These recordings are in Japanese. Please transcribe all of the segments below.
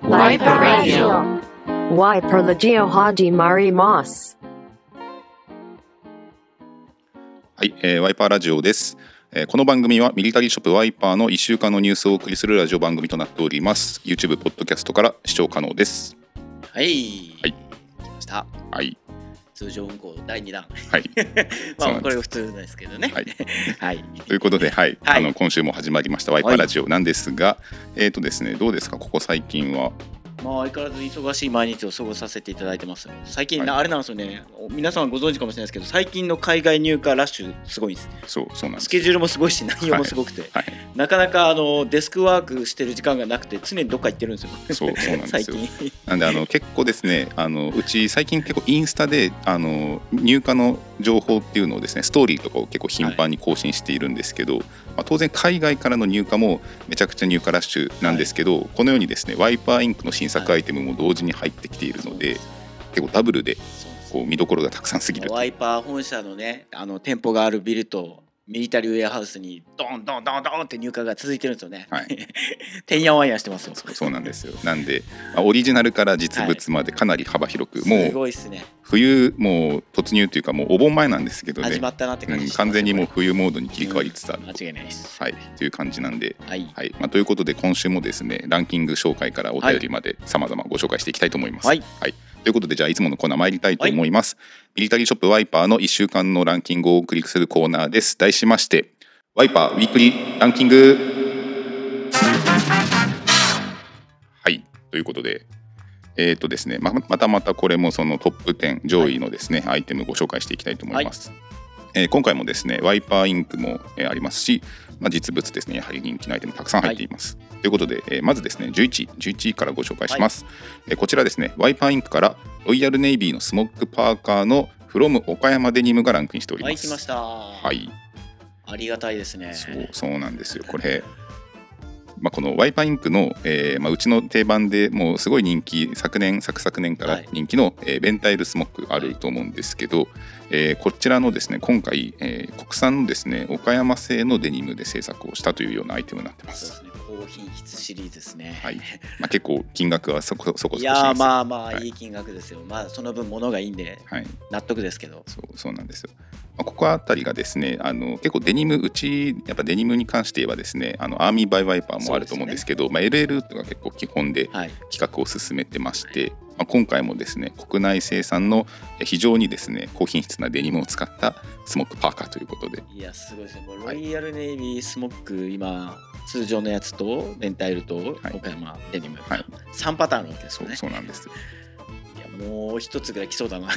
Wiper Radio. Wiper Radio Haji Mari Moss。 はい、ワイパーラジオです。この番組はミリタリーショップワイパーの1週間のニュースをお送りするラジオ番組となっております。 YouTube、ポッドキャストから視聴可能です。 はい、来ました。 はい、 通常運行第2弾。 はいまあこれが普通ですけどね。 はいはい、 ということで、はい、 はい、 今週も始まりましたワイパーラジオなんですが、ですね、どうですかここ最近は。 まあ相変わらず忙しい毎日を過ごさせていただいてます。最近、 はい、 あれなんですよね、皆さんご存知かもしれないですけど、最近の海外入荷ラッシュすごいです。 そうなんです。 スケジュールもすごいし内容もすごくて、 はいはい、 なかなかデスクワークしてる時間がなくて常にどっか行ってるんですよ。 そうなんですよ。 最近なんで結構ですね、うち最近結構インスタで入荷の情報っていうのをですね、ストーリーとかを結構頻繁に更新しているんですけど、当然海外からの入荷もめちゃくちゃ入荷ラッシュなんですけど、このようにですねワイパーインクの新作アイテムも同時に入ってきているので、結構ダブルでこう見どころがたくさんすぎる。 ワイパー本社のね店舗があるビルとミリタリーウェアハウスにドンドンドンドンって入荷が続いてるんですよね。 はい、 てんやわんやしてますよ。 そうなんですよ。なんで、オリジナルから実物までかなり幅広く、もうすごいっすね。 冬もう突入というか、もうお盆前なんですけどね、 始まったなって感じ、 完全にもう冬モードに切り替わりつつある、 間違いないです。 はい、という感じなんで、 はい、 ということで今週もですねランキング紹介からお便りまで様々ご紹介していきたいと思います。はい、ということで、じゃあいつものコーナー参りたいと思います。ミリタリーショップワイパーの1週間のランキングをお送りするコーナーです。題しましてワイパーウィークリーランキング。はい、ということでですね、またこれもそのトップ10上位のですね、アイテムをご紹介していきたいと思います。今回もですねワイパーインクもありますし、実物ですね、やはり人気のアイテムたくさん入っています。ということで、まずですね11位からご紹介します。こちらですね、ワイパーインクからロイヤルネイビーのスモックパーカーのフロム岡山デニムがランクインしております。 来ました。 はい、ありがたいですね。 そうなんですよ。これこのワイパーインクの、うちの定番でもうすごい人気、昨年から人気の、ベンタイルスモックあると思うんですけど、こちらのですね今回、国産のですね岡山製のデニムで制作をしたというようなアイテムになってます。 そうですね、高品質シリーズですね。 はい、結構金額はそこそこします。 いやいい金額ですよ。その分物がいいんで、納得ですけど。 そうなんですよ。ここあたりがですね結構デニム、うちやっぱデニムに関して言えばですねアーミーバイワイパーもあると思うんですけど、LL とか結構基本で企画を進めてまして、今回もですね国内生産の非常にですね高品質なデニムを使ったスモックパーカーということで、 いやすごいですね。ロイヤルネイビースモック、今通常のやつとベンタイルと岡山デニム、3パターンあるわけですよね。 そうなんです。 もう一つぐらい来そうだな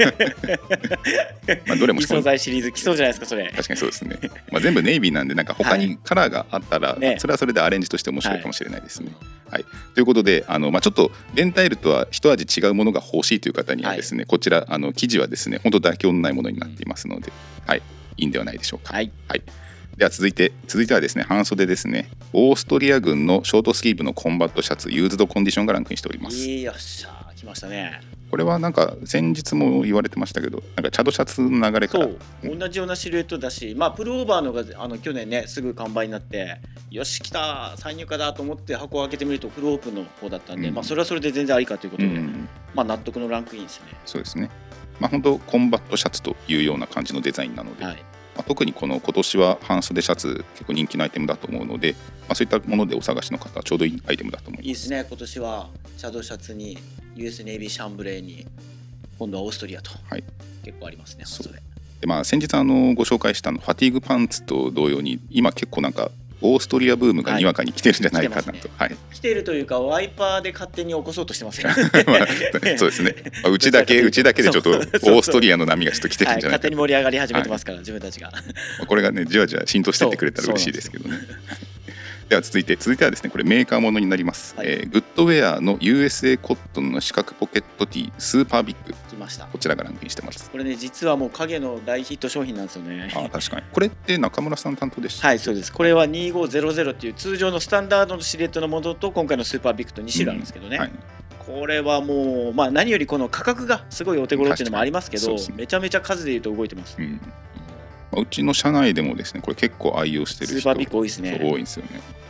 どれも異素材シリーズ来そうじゃないですか、それ。 確かにそうですね。全部ネイビーなんで、他にカラーがあったら、それはそれでアレンジとして面白いかもしれないですね。ということでちょっとベンタイルとは一味違うものが欲しいという方にはですね、こちら生地はですね本当妥協のないものになっていますので、いいんではないでしょうか。では続いてはですね半袖ですね。オーストリア軍のショートスリーブのコンバットシャツユーズドコンディションがランクインしております。 よっしゃ来ましたね。 これは先日も言われてましたけど、チャドシャツの流れから同じようなシルエットだし、プルオーバーのが去年ねすぐ完売になって、よし来た再入荷だと思って箱を開けてみるとフルオープンの方だったんで、それはそれで全然ありかということで、納得のランクインですね。 そうですね。本当コンバットシャツというような感じのデザインなので、特に今年は半袖シャツ結構人気のアイテムだと思うので、そういったものでお探しの方はちょうどいいアイテムだと思います。 いいですね。今年はシャドウシャツに US ネイビーシャンブレーに今度はオーストリアと、結構ありますね。それで先日ご紹介したファティーグパンツと同様に今結構オーストリアブームがにわかに来てるんじゃないかなと。 来てるというかワイパーで勝手に起こそうとしてますよそうですね。うちだけでちょっとオーストリアの波がちょっと来てるんじゃないかと。 勝手に盛り上がり始めてますから、自分たちがこれがねじわじわ浸透してってくれたら嬉しいですけどね。では続いてはですね、これメーカーものになります。グッドウェアの USA コットンの四角ポケットティースーパービッグ来ました。 こちらがランクインしてます。 これね実はもう影の大ヒット商品なんですよね。 確かに。これって中村さん担当でした。 そうです。これは2500っていう通常のスタンダードのシルエットのものと今回のスーパービッグと2種類あるんですけどね、これはもう、何よりこの価格がすごいお手頃っていうのもありますけど、めちゃめちゃ数でいうと動いてます。 うちの社内でもですねこれ結構愛用してる人スーパービッグ多いですね。 多いんですよね。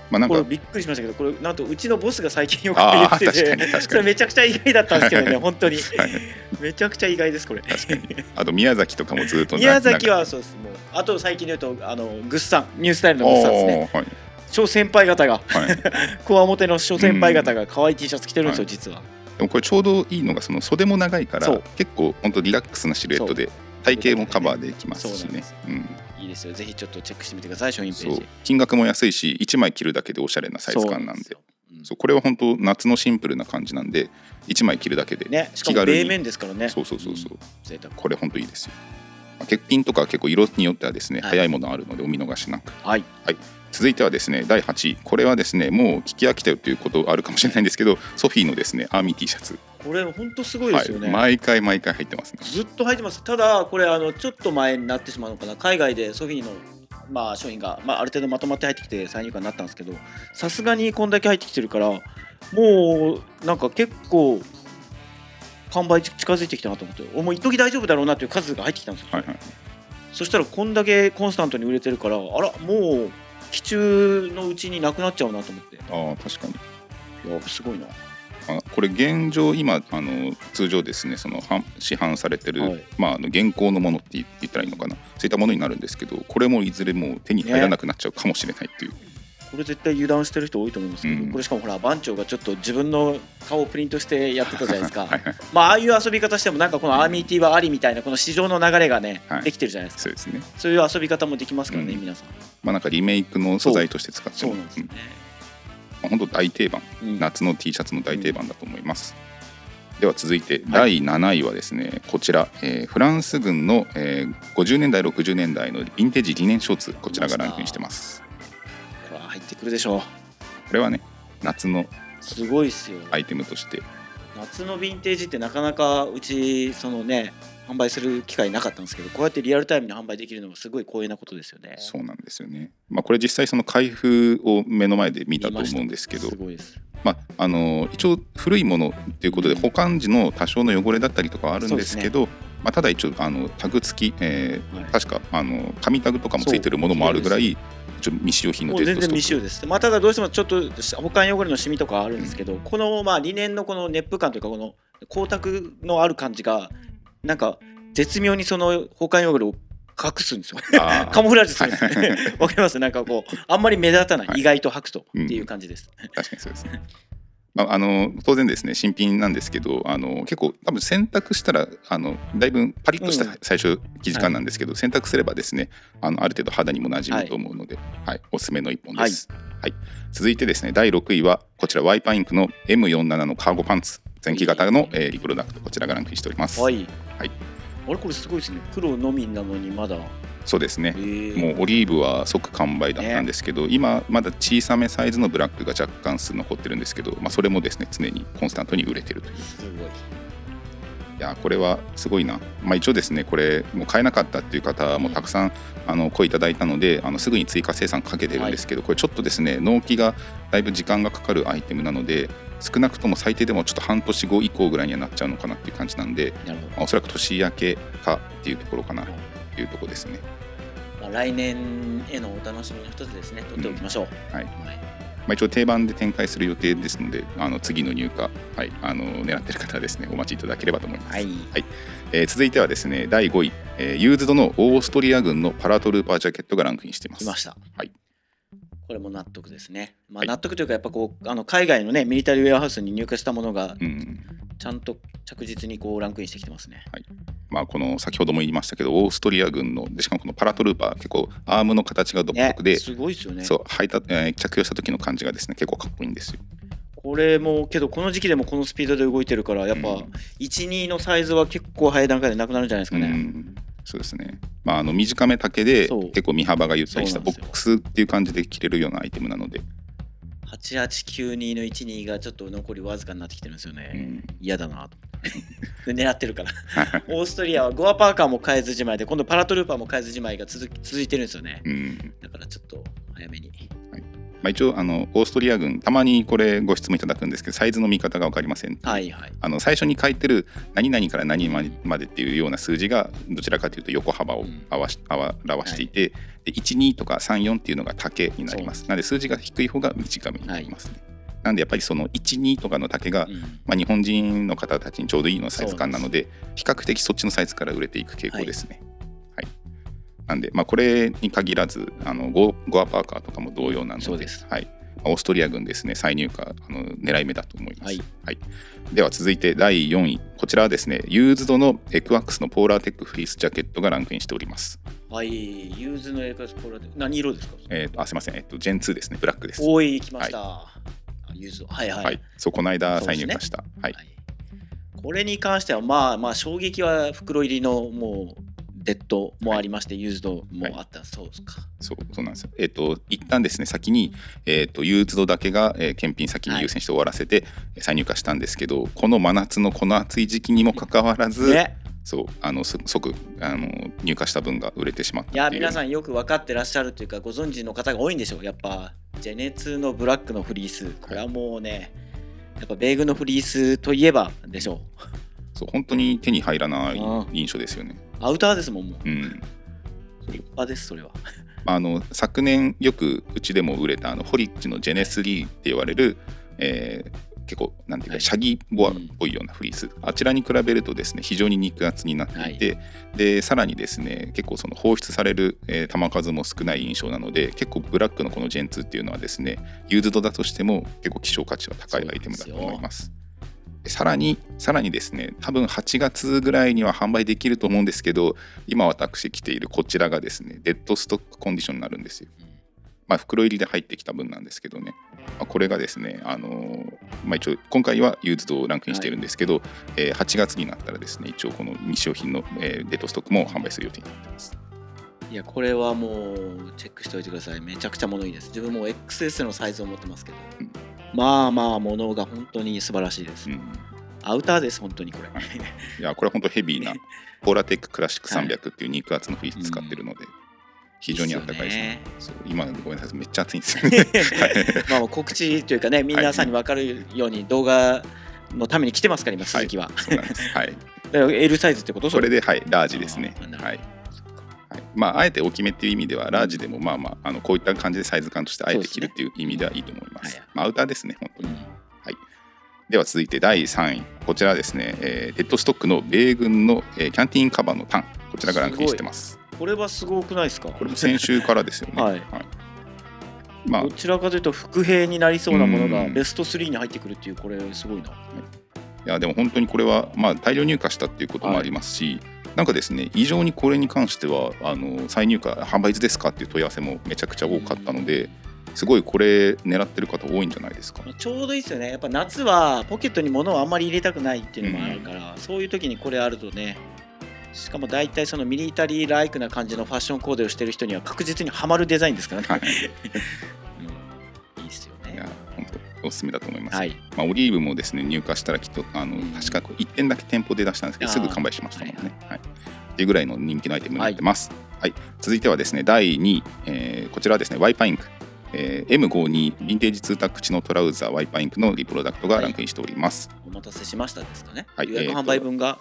なんかこれびっくりしましたけど、これなんとうちのボスが最近よく言ってて、それめちゃくちゃ意外だったんですけどね本当に、はい、めちゃくちゃ意外ですこれ。 確かに。あと宮崎とかもずっと宮崎はそうです。もうあと最近で言うとグッサン、ニュースタイルのグッサンですね。小先輩方が、こわもての小先輩方が可愛い T シャツ着てるんですよ、実は。 でもこれちょうどいいのが、その袖も長いから結構本当リラックスなシルエットで体型もカバーできますしね。 いいですよ。ぜひちょっとチェックしてみてください、商品ページ。 金額も安いし、1枚着るだけでおしゃれなサイズ感なんで、そうこれは本当夏のシンプルな感じなんで、1枚着るだけでね、しかも米面ですからね。 そう、これ本当いいですよ。欠品とか結構色によってはですね、早いものあるのでお見逃しなく。続いてはですね、第8位。これはですね、もう聞き飽きたよということあるかもしれないんですけど、ソフィーのですねアーミー T シャツ、 これ本当すごいですよね。 毎回入ってますね。 ずっと入ってます。ただこれちょっと前になってしまうのかな、海外でソフィーの商品がある程度まとまって入ってきて再入荷になったんですけど、さすがにこんだけ入ってきてるから、もうなんか結構完売近づいてきたなと思って、もう一時大丈夫だろうなという数が入ってきたんですよ。そしたらこんだけコンスタントに売れてるから、あらもう期中のうちになくなっちゃうなと思って。 確かに。 いやすごいな。 これ現状今通常ですね、その市販されてる、現行のものって言ったらいいのかな、そういったものになるんですけど、これもいずれもう手に入らなくなっちゃうかもしれないっていう、 これ絶対油断してる人多いと思いますけど、これしかもほら番長がちょっと自分の顔をプリントしてやってたじゃないですか。ああいう遊び方してもなんかこのアーミー T はありみたいな、この市場の流れがね、できてるじゃないですか。 そうですね。 そういう遊び方もできますからね、皆さん。 なんかリメイクの素材として使ってそうなんですね。 本当大定番、夏の T シャツの大定番だと思います。では続いて第7位はですね、こちら、フランス軍の、50年代60年代のヴィンテージリネンショーツ、こちらがランクインしてます。 これは入ってくるでしょう。 これはね、夏のすごいっすよ。 アイテムとして、 夏のヴィンテージってなかなかうちそのね販売する機会なかったんですけど、こうやってリアルタイムに販売できるのがすごい光栄なことですよね。 そうなんですよね。これ実際その開封を目の前で見たと思うんですけど、 すごいです。 一応古いものということで保管時の多少の汚れだったりとかはあるんですけど、ただ一応タグ付き、確か紙タグとかもついてるものもあるぐらい未使用品のデッドストック。 全然未使用です。ただどうしてもちょっと保管汚れのシミとかあるんですけど、このリネンのこの熱風感というか、この光沢のある感じがなんか絶妙にその保管汚れを隠すんですよ。カモフラージュするんですね。わかります？なんかこうあんまり目立たない、意外と履くとっていう感じです。 確かにそうですね。当然ですね、新品なんですけど、結構多分洗濯したらだいぶパリッとした最初生地感なんですけど、洗濯すればですねある程度肌にも馴染むと思うので、おすすめの一本です。続いてですね、第6位はこちらワイパーインクの M47 のカーゴパンツ前期型のリプロダクト、こちらがランクインしております。あれこれすごいですね。黒のみなのにまだ。 そうですね、もうオリーブは即完売だったんですけど、今まだ小さめサイズのブラックが若干数残ってるんですけど、それもですね常にコンスタントに売れてるという。 すごい。 いやこれはすごいな。一応ですね、これもう買えなかったっていう方もたくさん声いただいたので、すぐに追加生産かけてるんですけど、これちょっとですね納期がだいぶ時間がかかるアイテムなので、少なくとも最低でもちょっと半年後以降ぐらいにはなっちゃうのかなっていう感じなんで、おそらく年明けかっていうところかなというところですね。 来年へのお楽しみの一つですね。取っておきましょう。 一応定番で展開する予定ですので、次の入荷、狙っている方はですねお待ちいただければと思います。続いてはですね、第5位、ユーズドのオーストリア軍のパラトルーパージャケットがランクインしています。 来ました。これも納得ですね。納得というか、やっぱこう海外のねミリタリーウェアハウスに入荷したものがちゃんと着実にこうランクインしてきてますね。 この先ほども言いましたけど、オーストリア軍のしかもこのパラトルーパー、結構アームの形が独特で、 すごいですよね。 そう着用した時の感じがですね結構かっこいいんですよ。 これもけどこの時期でもこのスピードで動いてるから、やっぱ 1,2 のサイズは結構早い段階でなくなるんじゃないですかね。 そうですね。短め丈で結構身幅がゆったりしたボックスっていう感じで着れるようなアイテムなので、 8892の12がちょっと残りわずかになってきてるんですよね。嫌だなと狙ってるからオーストリアはゴアパーカーも変えずじまいで、今度パラトルーパーも変えずじまいが続いてるんですよね。だからちょっと早めに一応オーストリア軍たまにこれご質問いただくんですけどサイズの見方が分かりません、 はいはい、 最初に書いてる何々から何々までっていうような数字がどちらかというと横幅を表していて、で12とか34っていうのが丈になります。なので数字が低い方が短めになりますね。なんでやっぱりその12とかの丈が、日本人の方たちにちょうどいいのサイズ感なので比較的そっちのサイズから売れていく傾向ですね。なんで、これに限らずゴアパーカーとかも同様なので、 そうです、 はい、オーストリア軍ですね、再入荷狙い目だと思います。では続いて第4位、こちらはですねユーズドのエクワックスのポーラーテックフリースジャケットがランクインしております。 はい、ユーズのエクワックスポーラーテック何色ですか？ すいません、ジェン2ですね、ブラックです。 おい、来ました、ユーズド、そう、 この間再入荷した、 これに関しては衝撃は袋入りのもうデッドもありまして、ユーズドもあった、そうですか。 そうなんですよ。一旦ですね先に、ユーズドだけが、検品先に優先して終わらせて、再入荷したんですけど、この真夏のこの暑い時期にもかかわらず、即入荷した分が売れてしまったっていう。 いや皆さんよく分かってらっしゃるというかご存知の方が多いんでしょう。やっぱジェネ2のブラックのフリース、これはもうね、やっぱ米軍のフリースといえばでしょう。 本当に手に入らない印象ですよね。 アウターですもん、もう。立派です、それは。 昨年よくうちでも売れたホリッチのジェネ3って言われる、結構なんていうかシャギボアっぽいようなフリース、あちらに比べるとですね非常に肉厚になっていて、でさらにですね結構その放出される、弾数も少ない印象なので、結構ブラックのこのジェン2っていうのはですねユーズドだとしても結構希少価値は高いアイテムだと思います。さらにですね、多分8月ぐらいには販売できると思うんですけど、今私着ているこちらがですねデッドストックコンディションになるんですよ。袋入りで入ってきた分なんですけどね、これがですね、一応今回はユーズドをランクインしているんですけど、8月になったらですね一応この未商品の、デッドストックも販売する予定になっています。 いやこれはもうチェックしておいてください。めちゃくちゃ物いいです。自分も XS のサイズを持ってますけど、物が本当に素晴らしいです。アウターです本当にこれ。 いやこれ本当ヘビーなポーラテッククラシック300っていう肉厚のフリース使ってるので、非常にあったかいですね。今ごめんなさいめっちゃ暑いんですよね。 告知というかね、皆さんに分かるように動画のために来てますから今鈴木は。 そうなんです。 L サイズってこと？ それでラージですね。あえて大きめっていう意味ではラージでもこういった感じでサイズ感としてあえて着るっていう意味ではいいと思います。アウターですね本当に。では続いて第3位、こちらはですね、デッドストックの米軍の、キャンティーンカバーのタン、こちらがランクインしてます。 これはすごくないですか？これも先週からですよね。 どちらかというと伏兵になりそうなものがベスト3に入ってくるっていう、これすごいな。いやでも本当にこれは大量入荷したっていうこともありますし、なんかですね異常にこれに関しては再入荷販売いつですかっていう問い合わせもめちゃくちゃ多かったので、すごいこれ狙ってる方多いんじゃないですか。 ちょうどいいですよね。やっぱ夏はポケットに物をあんまり入れたくないっていうのもあるから、そういう時にこれあるとね、しかも大体そのミリタリーライクな感じのファッションコーデをしてる人には確実にはまるデザインですからね。いいですよね。 いや本当おすすめだと思います。オリーブもですね入荷したらきっと確か1点だけ店舗で出したんですけどすぐ完売しましたもんね。っていうぐらいの人気のアイテムになってます。続いてはですね第2位、こちらはですねワイパーインク、M52 ヴィンテージツータックチのトラウザーワイパーインクのリプロダクトがランクインしております。 お待たせしましたですかね。予約販売分が、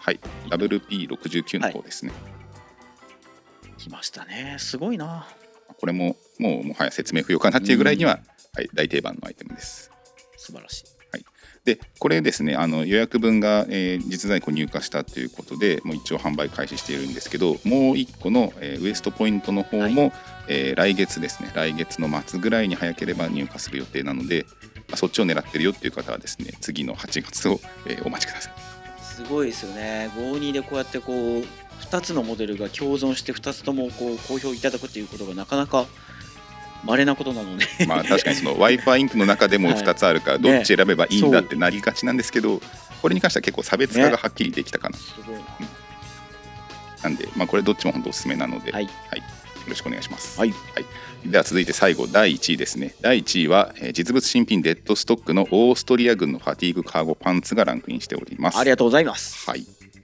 WP69 の方ですね。 来ましたね。すごいな。 これももはや説明不要かなっていうぐらいには、大定番のアイテムです。 素晴らしい。 でこれですね予約分が、実在庫入荷したということでもう一応販売開始しているんですけど、もう1個の、ウエストポイントの方も、来月ですね、来月の末ぐらいに早ければ入荷する予定なので、そっちを狙ってるよっていう方はですね次の8月を、お待ちください。 すごいですよね。52でこうやって2つのモデルが共存して2つとも好評いただくっていうことがなかなか稀なことなので確かにそのワイパーインクの中でも2つあるからどっち選べばいいんだってなりがちなんですけど、これに関しては結構差別化がはっきりできたかな。 すごいな。 なんでこれどっちも本当おすすめなので、よろしくお願いします。では続いて最後第1位ですね。第1位は、実物新品デッドストックのオーストリア軍のファティーグカーゴパンツがランクインしております。 ありがとうございます。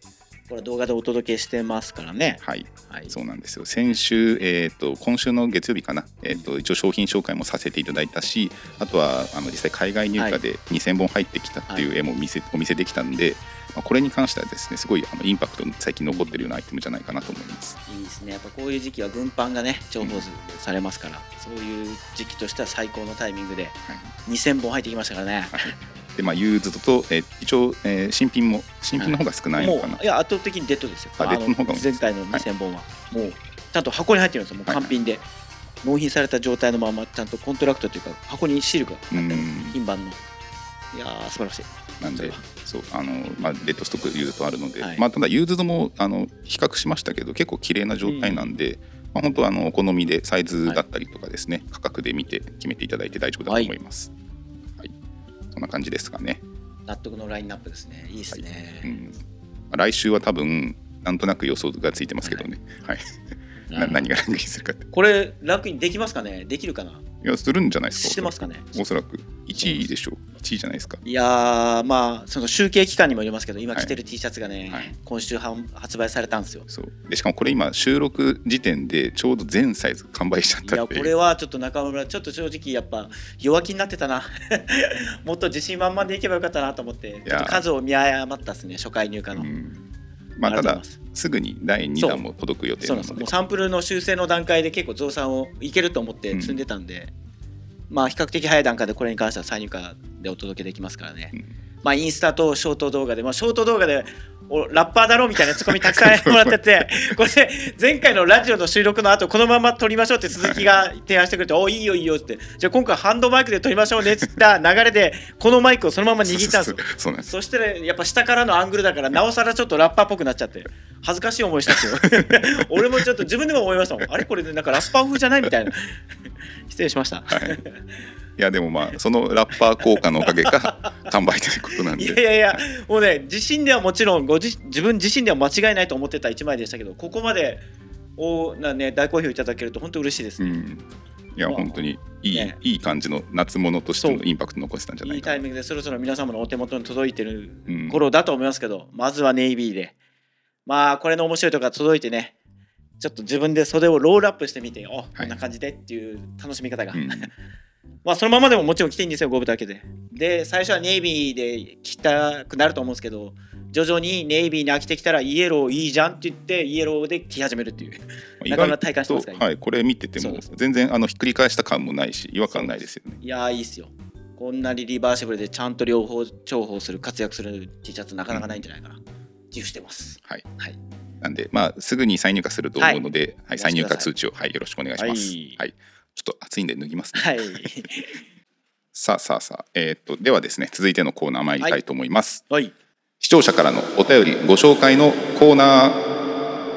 これ動画でお届けしてますからね。 はい、 はい、 そうなんですよ。先週、今週の月曜日かな、一応商品紹介もさせていただいたし、あとは実際海外入荷で2000本入ってきたっていう絵もお見せできたんで、これに関してはですね、すごいインパクト最近残ってるようなアイテムじゃないかなと思います。 いいですね。やっぱこういう時期は軍パンがね重宝されますから、そういう時期としては最高のタイミングで2000本入ってきましたからね。 はいでユーズドと、一応、新品の方が少ないのかな。 もういや圧倒的にデッドですよ。 デッドの方が前回の2000本は、もうちゃんと箱に入ってるんですよ。もう完品で、納品された状態のままちゃんとコントラクトというか箱にシールが貼って品番の。いやー素晴らしい。 なんでそうデッドストックユーズドあるので、 はいただユーズドも比較しましたけど結構綺麗な状態なんで、本当お好みでサイズだったりとかですね、価格で見て決めていただいて大丈夫だと思います。はいそんな感じですかね。 納得のラインナップですね。いいですね。 来週は多分なんとなく予想がついてますけどね。はい何がランクインするかって。 これランクインできますかね。できるかな。 いやするんじゃないですか。 してますかね。 おそらく1位でしょう。1位じゃないですか。 いやーその集計期間にもよりますけど、今着てる T シャツがね、今週発売されたんですよ。 そうでしかもこれ今収録時点でちょうど全サイズ完売しちゃったっていう。 いやこれはちょっと中村ちょっと正直やっぱ弱気になってたなもっと自信満々でいけばよかったなと思ってちょっと数を見誤ったですね、初回入荷の。 ただすぐに第2弾も届く予定なので、 もうサンプルの修正の段階で結構増産をいけると思って積んでたんで、比較的早い段階でこれに関しては再入荷でお届けできますからね。インスタとショート動画で、ショート動画でラッパーだろみたいなツッコミたくさんもらっててこれ前回のラジオの収録の後このまま撮りましょうって鈴木が提案してくれていいよいいよって、じゃあ今回ハンドマイクで撮りましょうねって言った流れでこのマイクをそのまま握ったんですよ。そして、やっぱ下からのアングルだからなおさらちょっとラッパーっぽくなっちゃって恥ずかしい思いしたんですよ俺もちょっと自分でも思いましたもん。あれこれなんかラッパー風じゃないみたいな失礼しました。 いやでもそのラッパー効果のおかげか完売ということなんでいやもうね自身ではもちろん自分自身では間違いないと思ってた1枚でしたけど、ここまで大好評いただけると本当嬉しいですね。 いや本当にいい感じの夏物としてのインパクト残せたんじゃないかな。 いいタイミングでそろそろ皆様のお手元に届いてる頃だと思いますけど、まずはネイビーでこれの面白いところが届いてね、ちょっと自分で袖をロールアップしてみてこんな感じでっていう楽しみ方がそのままでももちろん着ていいんですよ、ゴブだけで。で最初はネイビーで着たくなると思うんですけど、徐々にネイビーに飽きてきたらイエローいいじゃんって言ってイエローで着始めるっていうなかなか体感してますか。 これ見てても全然ひっくり返した感もないし違和感ないですよね。 いやいいっすよ。こんなにリバーシブルでちゃんと両方重宝する活躍する T シャツなかなかないんじゃないかな。自負してます。 なんですぐに再入荷すると思うので、再入荷通知をよろしくお願いします。ちょっと暑いんで脱ぎますね。さあ、ではですね、続いてのコーナー参りたいと思います。視聴者からのお便りご紹介のコーナー。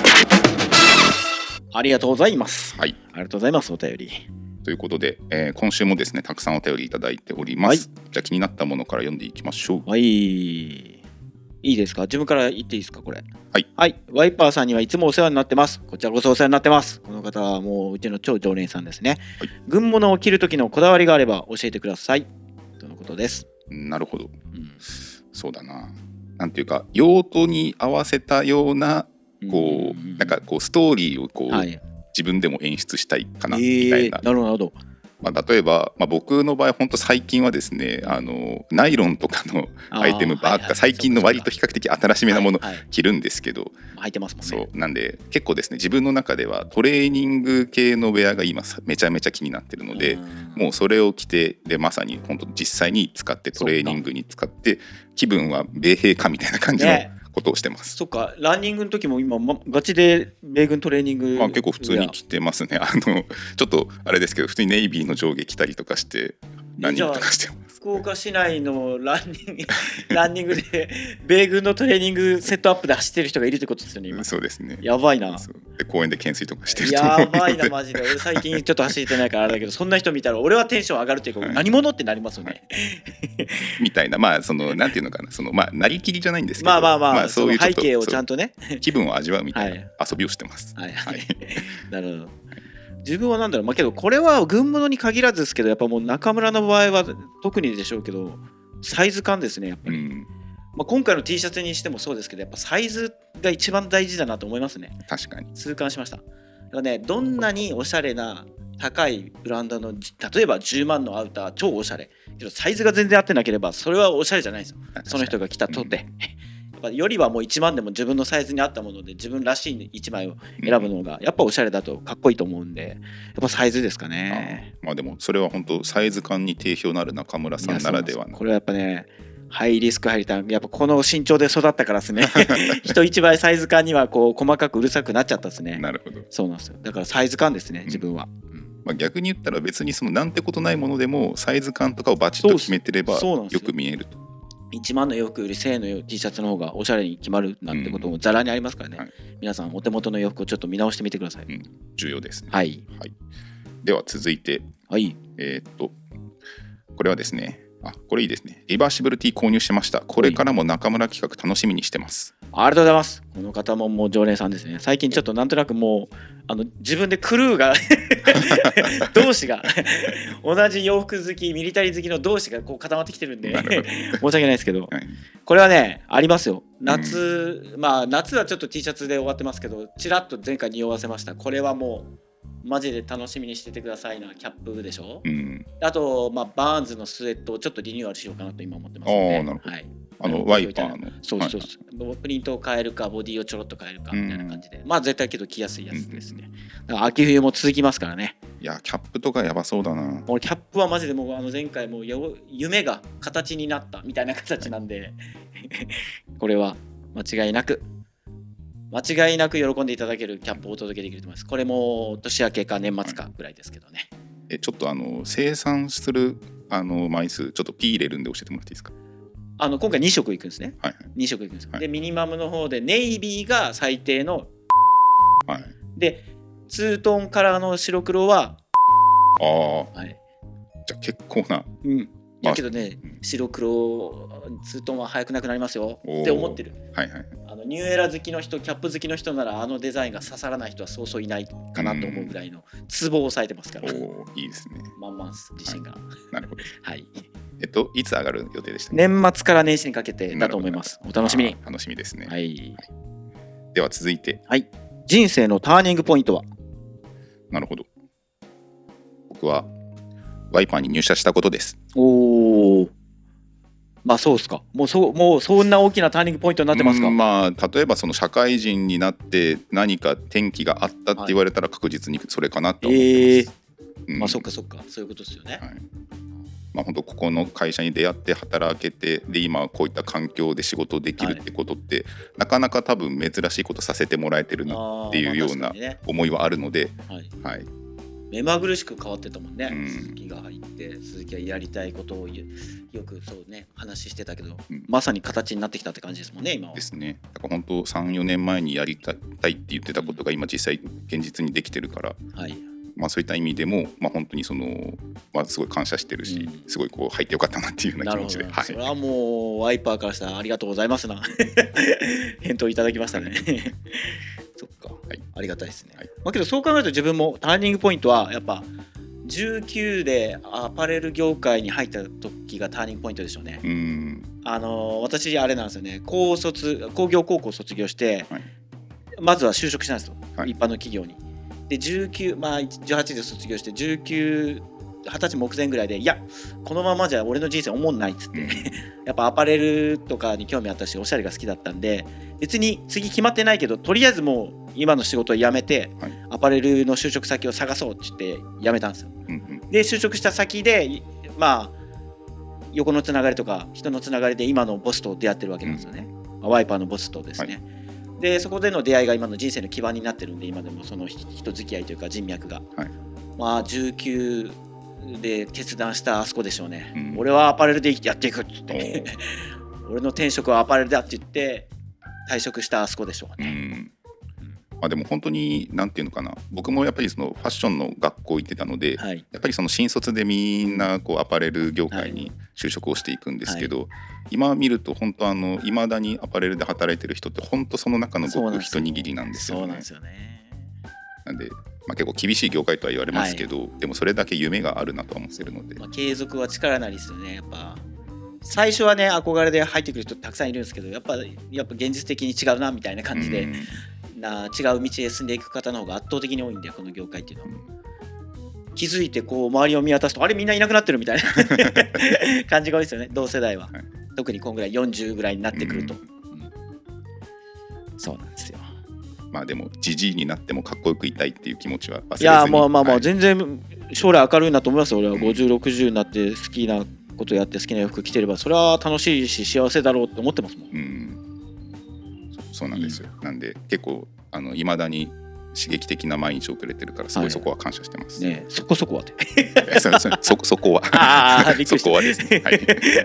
ありがとうございます。ありがとうございます。お便りということで、今週もですねたくさんお便りいただいております。じゃあ気になったものから読んでいきましょう。 いいですか。自分から言っていいですか。これワイパーさんにはいつもお世話になってます。こちらこそお世話になってます。この方はもううちの超常連さんですね。軍物を着る時のこだわりがあれば教えてくださいとのことです。 なるほど、そうだな、なんていうか用途に合わせたようななんかストーリーを自分でも演出したいかなみたいな。 なるほど。 例えば、僕の場合本当最近はですねナイロンとかのアイテムばっか最近の割と比較的新しめなもの着るんですけど、 履いてますもんね。 そうなんで結構ですね自分の中ではトレーニング系のウェアが今めちゃめちゃ気になってるので、もうそれを着てでまさに本当実際に使ってトレーニングに使って気分は米兵かみたいな感じのことをしてます。 そっか、ランニングの時も今、ガチで米軍トレーニング、 結構普通に着てますね。ちょっとあれですけど普通にネイビーの上下着たりとかしてランニングとかしてます。 福岡市内のランニングで米軍のトレーニングセットアップで走ってる人がいるってことですよね今。 そうですね。 やばいな。 で公園で懸垂とかしてると思うのでやばいなマジで。俺最近ちょっと走ってないからあれだけど、そんな人見たら俺はテンション上がるっていうか、何者ってなりますよねみたいな、なんていうのかな、なりきりじゃないんですけど、 そういう背景をちゃんとね気分を味わうみたいな遊びをしてます。 なるほど。自分はなんだろう、けどこれは軍物に限らずですけど、やっぱもう中村の場合は特にでしょうけどサイズ感ですね。やっぱり、 今回の T シャツにしてもそうですけど、やっぱサイズが一番大事だなと思いますね。 確かに。 痛感しました。だからね、どんなにおしゃれな高いブランドの例えば10万のアウター超おしゃれけどサイズが全然合ってなければそれはおしゃれじゃないですよ。その人が着たとて、やっぱよりはもう1万でも自分のサイズに合ったもので自分らしい1枚を選ぶのがやっぱおしゃれだとかっこいいと思うんで、やっぱサイズですかね。 まあでもそれは本当サイズ感に定評のある中村さんならではの。 これはやっぱね、ハイリスクハイリターン、やっぱこの身長で育ったからですね人一倍サイズ感にはこう細かくうるさくなっちゃったですね。 なるほど。 そうなんですよ。だからサイズ感ですね、自分は。 逆に言ったら別にそのなんてことないものでもサイズ感とかをバチッと決めてればよく見えると。 1万の洋服より1000円の T シャツの方がおしゃれに決まるなんてこともざらにありますからね、皆さんお手元の洋服をちょっと見直してみてください。 重要ですね。 はい、 では続いて、 はい、 これはですね、これいいですね。リバーシブル T 購入しました。これからも中村企画楽しみにしてます。 ありがとうございます。この方ももう常連さんですね。最近ちょっとなんとなくもう自分でクルーが同志が同じ洋服好きミリタリー好きの同志がこう固まってきてるんで申し訳ないですけど、これはねありますよ。夏、夏はちょっと T シャツで終わってますけど、ちらっと前回匂わせました。これはもうマジで楽しみにしててくださいなキャップでしょ、あと、バーンズのスウェットをちょっとリニューアルしようかなと今思ってますので、 ワイパーのそうプリントを変えるかボディをちょろっと変えるかみたいな感じで、絶対けど着やすいやつですね。だから秋冬も続きますからね。 いやキャップとかやばそうだな。 俺キャップはマジでもう前回もう夢が形になったみたいな形なんでこれは間違いなく喜んでいただけるキャップをお届けできると思います。これも年明けか年末かぐらいですけどね。 ちょっと生産する枚数ちょっと P 入れるんで教えてもらっていいですか。 今回2色いくんですね。2色いくんです。でミニマムの方でネイビーが最低の、でツートンカラーの白黒はじゃあ結構な。 だけどね、白黒ツートンは早くなくなりますよって思ってる。ニューエラ好きの人キャップ好きの人ならデザインが刺さらない人はそうそういないかなと思うぐらいのツボを押さえてますから。 いいですね。 満々自信が。 なるほど。 はい。 いつ上がる予定でしたっけ。 年末から年始にかけてだと思います。お楽しみに。 楽しみですね。 はい。 では続いて。 人生のターニングポイントは。 なるほど。僕はワイパーに入社したことです。 そうですか。もうそんな大きなターニングポイントになってますか。 例えばその社会人になって何か転機があったって言われたら確実にそれかなと思ってます。 そっかそういうことですよね。 本当ここの会社に出会って働けてで今こういった環境で仕事できるってことって、なかなか多分珍しいことさせてもらえてるなっていうような思いはあるので、 目まぐるしく変わってたもんね。鈴木が入って鈴木がやりたいことをよくそうね話してたけど、まさに形になってきたって感じですもんね今は。 ですね。だから本当 3,4 年前にやりたいって言ってたことが今実際現実にできてるから、そういった意味でも本当にすごい感謝してるし、すごいこう入ってよかったなっていうような気持ちで。 それはもうワイパーからしたらありがとうございますな返答いただきましたねそっか、ありがたいですね。けどそう考えると自分もターニングポイントはやっぱ19でアパレル業界に入った時がターニングポイントでしょうね。私あれなんですよね。工業高校卒業して、まずは就職したんですよ、一般の企業に。で18で卒業して20歳目前ぐらいで、いやこのままじゃ俺の人生おもんないっつってやっぱアパレルとかに興味あったしおしゃれが好きだったんで、別に次決まってないけどとりあえずもう今の仕事を辞めて、アパレルの就職先を探そうって言って辞めたんですよ。で就職した先で横のつながりとか人のつながりで今のボスと出会ってるわけなんですよね。ワイパーのボスとですね。でそこでの出会いが今の人生の基盤になってるんで、今でもその人付き合いというか人脈が、19で決断したあそこでしょうね。俺はアパレルでやっていくって言って俺の転職はアパレルだって言って退職したあそこでしょうね。 でも本当になんていうのかな、僕もやっぱりそのファッションの学校行ってたので、やっぱりその新卒でみんなこうアパレル業界に就職をしていくんですけど、今見ると本当いまだにアパレルで働いてる人って本当その中のごく一握りなんですよね。 そうなんですよね。 なんで結構厳しい業界とは言われますけど、でもそれだけ夢があるなとは思ってるので、 継続は力なりですよね。やっぱ最初はね憧れで入ってくる人たくさんいるんですけど、やっぱ現実的に違うなみたいな感じで、違う道へ進んでいく方の方が圧倒的に多いんで、この業界っていうのは。気づいてこう周りを見渡すと、あれみんないなくなってるみたいな感じが多いですよね、同世代は。特にこんぐらい40ぐらいになってくると、そうなんですよ。 まあでもじじいになってもかっこよくいたいっていう気持ちは忘れずに。 いやまあ全然将来明るいなと思いますよ。俺は50、60になって好きなことやって好きな洋服着てればそれは楽しいし幸せだろうって思ってますもん。 そうなんですよ。なんで結構未だに刺激的な毎日をくれてるから、すごいそこは感謝してます。 ね、そこそこはってそこはびっくりした。 そこはですね。はい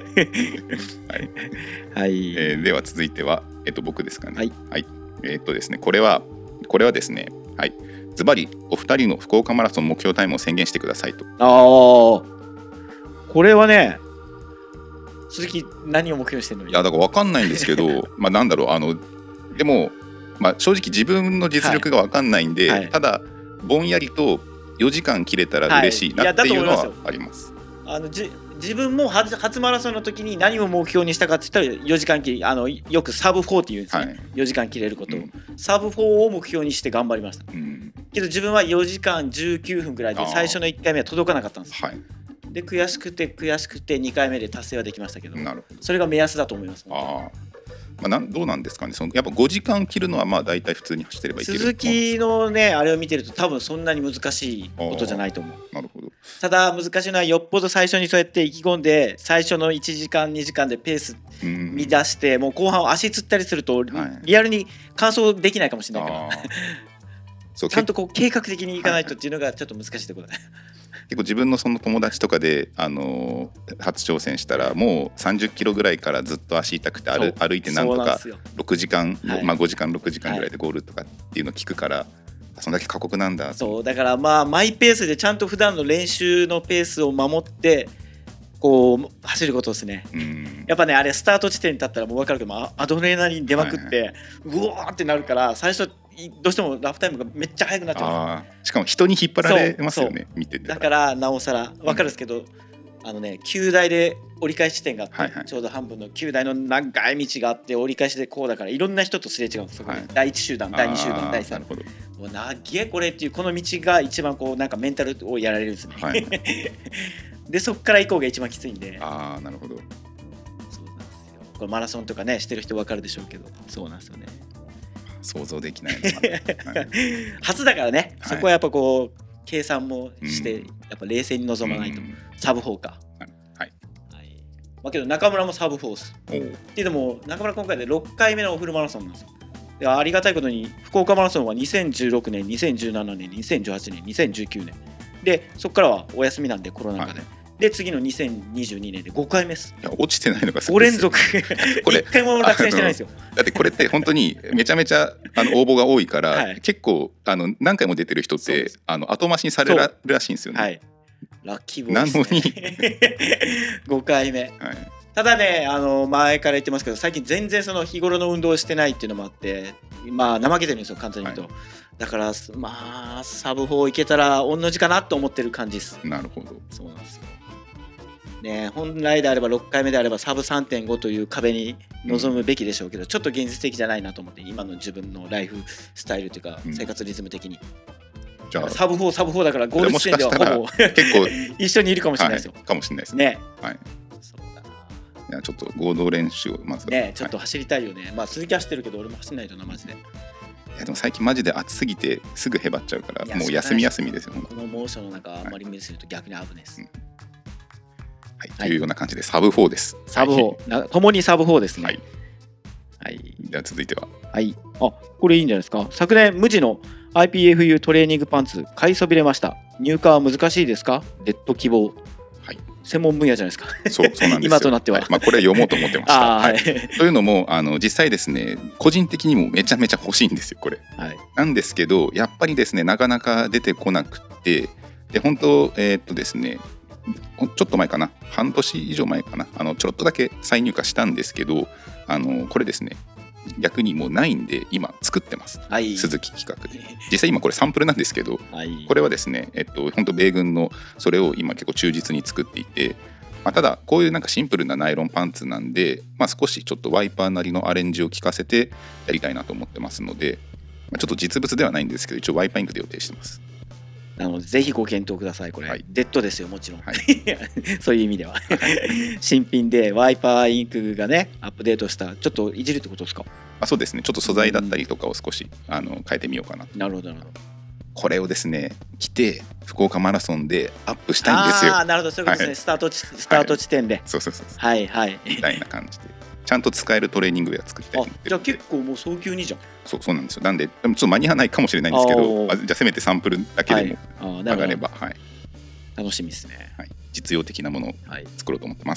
はい、 では続いては僕ですかね。 はい。 ですね、これはですね、はい、ズバリお二人の福岡マラソン目標タイムを宣言してくださいと。 これはね、鈴木何を目標にしてるの？ いやだから分かんないんですけどまあなんだろう、でも、まあ、正直自分の実力が分かんないんで、ただぼんやりと4時間切れたら嬉しいなっていうのはあります。 自分も初マラソンの時に何を目標にしたかって言ったら4時間切り、よくサブ4っていうんですね、4時間切れることを、サブ4を目標にして頑張りました、けど自分は4時間19分ぐらいで最初の1回目は届かなかったんです。で悔しくて2回目で達成はできましたけど、それが目安だと思います。 まあ、どうなんですかね。やっぱ5時間切るのはまあ大体普通に走ってればいける。 鈴木のねあれを見てると多分そんなに難しいことじゃないと思う。 なるほど。 ただ難しいのはよっぽど最初にそうやって意気込んで最初の1時間2時間でペース見出してもう後半足つったりするとリアルに完走できないかもしれないからちゃんとこう計画的にいかないとっていうのがちょっと難しいところだね。 結構自分のその友達とかで、初挑戦したらもう30キロぐらいからずっと足痛くて歩いてなんとか6時間、まあ、5時間6時間ぐらいでゴールとかっていうのを聞くから、そんだけ過酷なんだ。 そうだからまあマイペースでちゃんと普段の練習のペースを守ってこう走ることですね。やっぱねあれスタート地点に立ったらもう分かるけどアドレナリン出まくって、うわーってなるから最初どうしてもラフタイムがめっちゃ速くなっちゃうんですよ。 しかも人に引っ張られますよね、見てて。 だからなおさら分かるんですけど、9台で折り返し地点があって、ちょうど半分の9台の長い道があって折り返しでこうだからいろんな人とすれ違うんです。第1集団第2集団第3団もうなげえこれっていうこの道が一番こうなんかメンタルをやられるんですね。でそっから以降が一番きついんで。 なるほど。そうなんですよ。 これマラソンとかねしてる人分かるでしょうけど、そうなんですよね。 想像できない初だからね、そこはやっぱこう計算もしてやっぱ冷静に臨まないと。サブ4か。まあけど中村もサブ4です。っていうのも中村今回で6回目のフルマラソンなんですよ。でありがたいことに福岡マラソンは2016年2017年2018年2019年でそこからはお休みなんでコロナ禍で。で次の2022年で5回目です。 いや落ちてないのがすごいですよ。 5連続1回も落選してないんですよ。 だってこれって本当にめちゃめちゃ応募が多いから、結構何回も出てる人って後回しにされるらしいんですよね。 ラッキーボーイですね。 なのに 5回目。ただね前から言ってますけど最近全然その日頃の運動をしてないっていうのもあってまあ怠けてるんですよ簡単に言うと。だからまあサブ4いけたら同じかなと思ってる感じです。 なるほど。 そうなんですよ。ね、本来であれば6回目であればサブ 3.5 という壁に臨むべきでしょうけど、ちょっと現実的じゃないなと思って今の自分のライフスタイルというか生活リズム的に、じゃあサブ4だからゴール地点ではほぼ結構一緒にいるかもしれないですよ。 かもしれないですね。そうだな。いやちょっと合同練習をまずねちょっと走りたいよね。まあ鈴木走ってるけど俺も走んないとなマジで。 いやでも最近マジで暑すぎてすぐへばっちゃうからもう休みですよ。この猛暑の中あんまり無理すると逆に危ないです。 というような感じでサブ4です。 サブ4、ともにサブ4ですね。 では続いては。 これいいんじゃないですか。昨年無地の IPFU トレーニングパンツ買いそびれました。入荷は難しいですか？レッド希望。専門分野じゃないですか。 そうなんですよ。 今となっては。 これは読もうと思ってました。というのも実際ですね個人的にもめちゃめちゃ欲しいんですよこれ。なんですけどやっぱりですねなかなか出てこなくてで本当ですねちょっと前かな半年以上前かなちょろっとだけ再入荷したんですけどこれですね逆にもうないんで今作ってます、鈴木企画で。実際今これサンプルなんですけど、これはですね本当米軍のそれを今結構忠実に作っていてただこういうなんかシンプルなナイロンパンツなんで、少しちょっとワイパーなりのアレンジを効かせてやりたいなと思ってますので、ちょっと実物ではないんですけど一応ワイパーインクで予定してます。 なのでぜひご検討ください。これ、デッドですよもちろん、そういう意味では新品でワイパーインクがねアップデートしたちょっといじるってことですか？ そうですね、ちょっと素材だったりとかを少し変えてみようかなと。 なるほどなるほど。 これをですね着て福岡マラソンでアップしたいんですよ。 なるほど、そういうことですね、スタート地点で、 そうはいはいみたいな感じでちゃんと使えるトレーニングウェア作りたいと思ってるんで。 じゃあ結構もう早急にじゃん。 そうなんですよ。なんでちょっと間に合わないかもしれないんですけど、じゃあせめてサンプルだけでも上がれば、 楽しみですね。 実用的なものを作ろうと思ってます。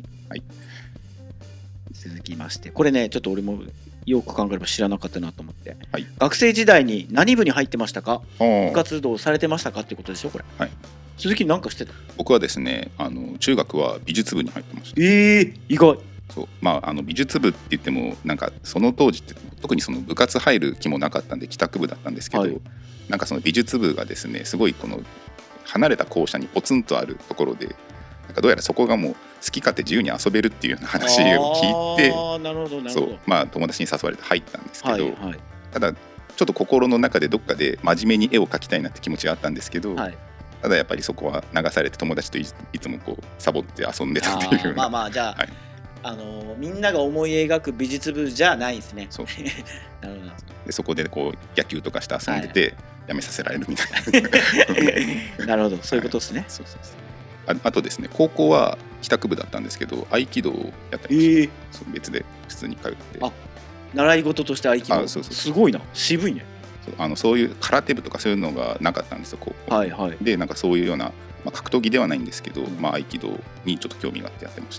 続きましてこれねちょっと俺もよく考えれば知らなかったなと思って、学生時代に何部に入ってましたか、部活動されてましたかってことでしょこれ。鈴木なんかしてた？ 僕はですね中学は美術部に入ってました。 意外。 そう美術部って言ってもなんかその当時って特にその部活入る気もなかったんで帰宅部だったんですけど、なんかその美術部がですねすごいこの離れた校舎にポツンとあるところで、なんかどうやらそこがもう好き勝手自由に遊べるっていうような話を聞いて、そう友達に誘われて入ったんですけど、ただちょっと心の中でどっかで真面目に絵を描きたいなって気持ちがあったんですけど、ただやっぱりそこは流されて友達といつもこうサボって遊んでたっていう。 じゃあ、みんなが思い描く美術部じゃないですね。 そうなるほど。でそこでこう野球とかして遊んでて、やめさせられるみたいな。なるほど、そういうことですね。 あとですね高校は帰宅部だったんですけど合気道をやってました。別で普通に通って。 習い事として合気道。すごいな、渋いね。 そういう空手部とかそういうのがなかったんですよ高校。でなんかそういうような、格闘技ではないんですけど、合気道にちょっと興味があってやってました。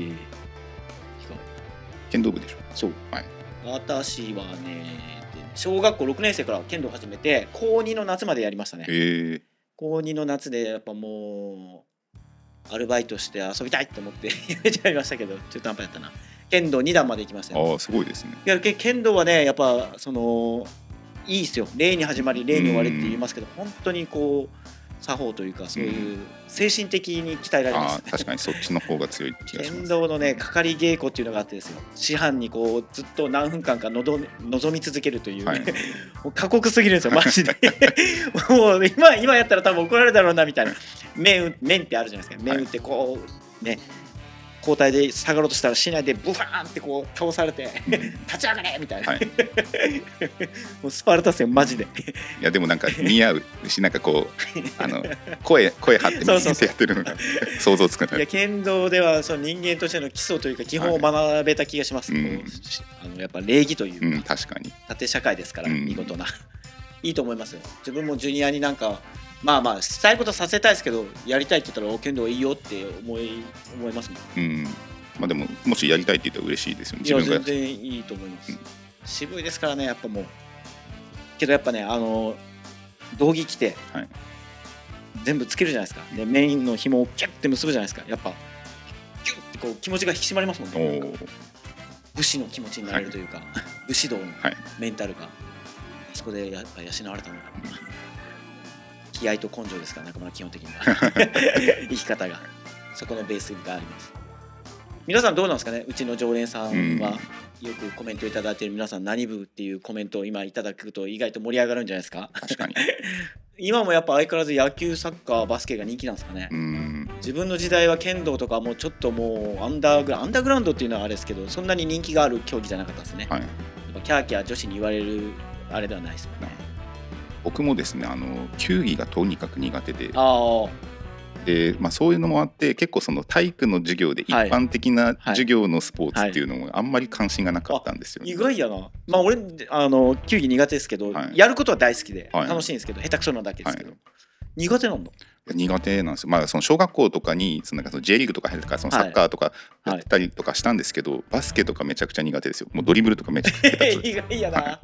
剣道部でしょ。そう。 私はね小学校6年生から剣道を始めて高2の夏までやりましたね。高2の夏でやっぱもうアルバイトして遊びたいと思ってやめちゃいましたけど中途半端やったな。剣道2段まで行きましたよ。 すごいですね。 いや剣道はねやっぱいいですよ。礼に始まり礼に終わりって言いますけど本当にこう作法というかそういう精神的に鍛えられます、 確かにそっちの方が強い気がします。 剣道のねかかり稽古っていうのがあってですよ、師範にこうずっと何分間か望み続けるという、もう過酷すぎるんですよマジでもう今やったら多分怒られるだろうなみたいな。面ってあるじゃないですか。面打ってこうね交代で下がろうとしたらしないでブファーンってこう倒されて立ち上がれみたいな、もうスパルタですよマジで。 いやでもなんか似合うし、なんかこう声張って見せてやってるのが想像つかない。 いや剣道ではその人間としての基礎というか基本を学べた気がします。やっぱ礼儀というか、 確かに縦社会ですから、見事ないいと思いますよ。自分もジュニアになんかしたいことさせたいですけどやりたいって言ったら剣道いいよって思いますもん。 でももしやりたいって言ったら嬉しいですよね。 いや全然いいと思います。渋いですからねやっぱもう。けどやっぱね道着着て、全部つけるじゃないですか。でメインの紐をキュッて結ぶじゃないですか。やっぱキュッてこう気持ちが引き締まりますもんね。武士の気持ちになれるというか、武士道のメンタルが、そこで養われたのかな。気合と根性ですから仲間の基本的には生き方がそこのベースがあります。皆さんどうなんですかね。うちの常連さんはよくコメントいただいている皆さん何部っていうコメントを今いただくと意外と盛り上がるんじゃないですか。 確かに今もやっぱ相変わらず野球サッカーバスケが人気なんですかね。自分の時代は剣道とかもうちょっともうアンダーグラウンドっていうのはあれですけどそんなに人気がある競技じゃなかったですね。やっぱキャーキャー女子に言われるあれではないですもんね。 僕もですね球技がとにかく苦手で、そういうのもあって結構その体育の授業で一般的な授業のスポーツっていうのもあんまり関心がなかったんですよ、 意外やな。俺球技苦手ですけど、やることは大好きで楽しいんですけど、下手くそなだけですけど、苦手なんだ。 苦手なんですよ。その小学校とかにそのJ リーグとか入ってからそのサッカーとかやってたりとかしたんですけど、バスケとかめちゃくちゃ苦手ですよ。もうドリブルとかめちゃくちゃ下手意外やな。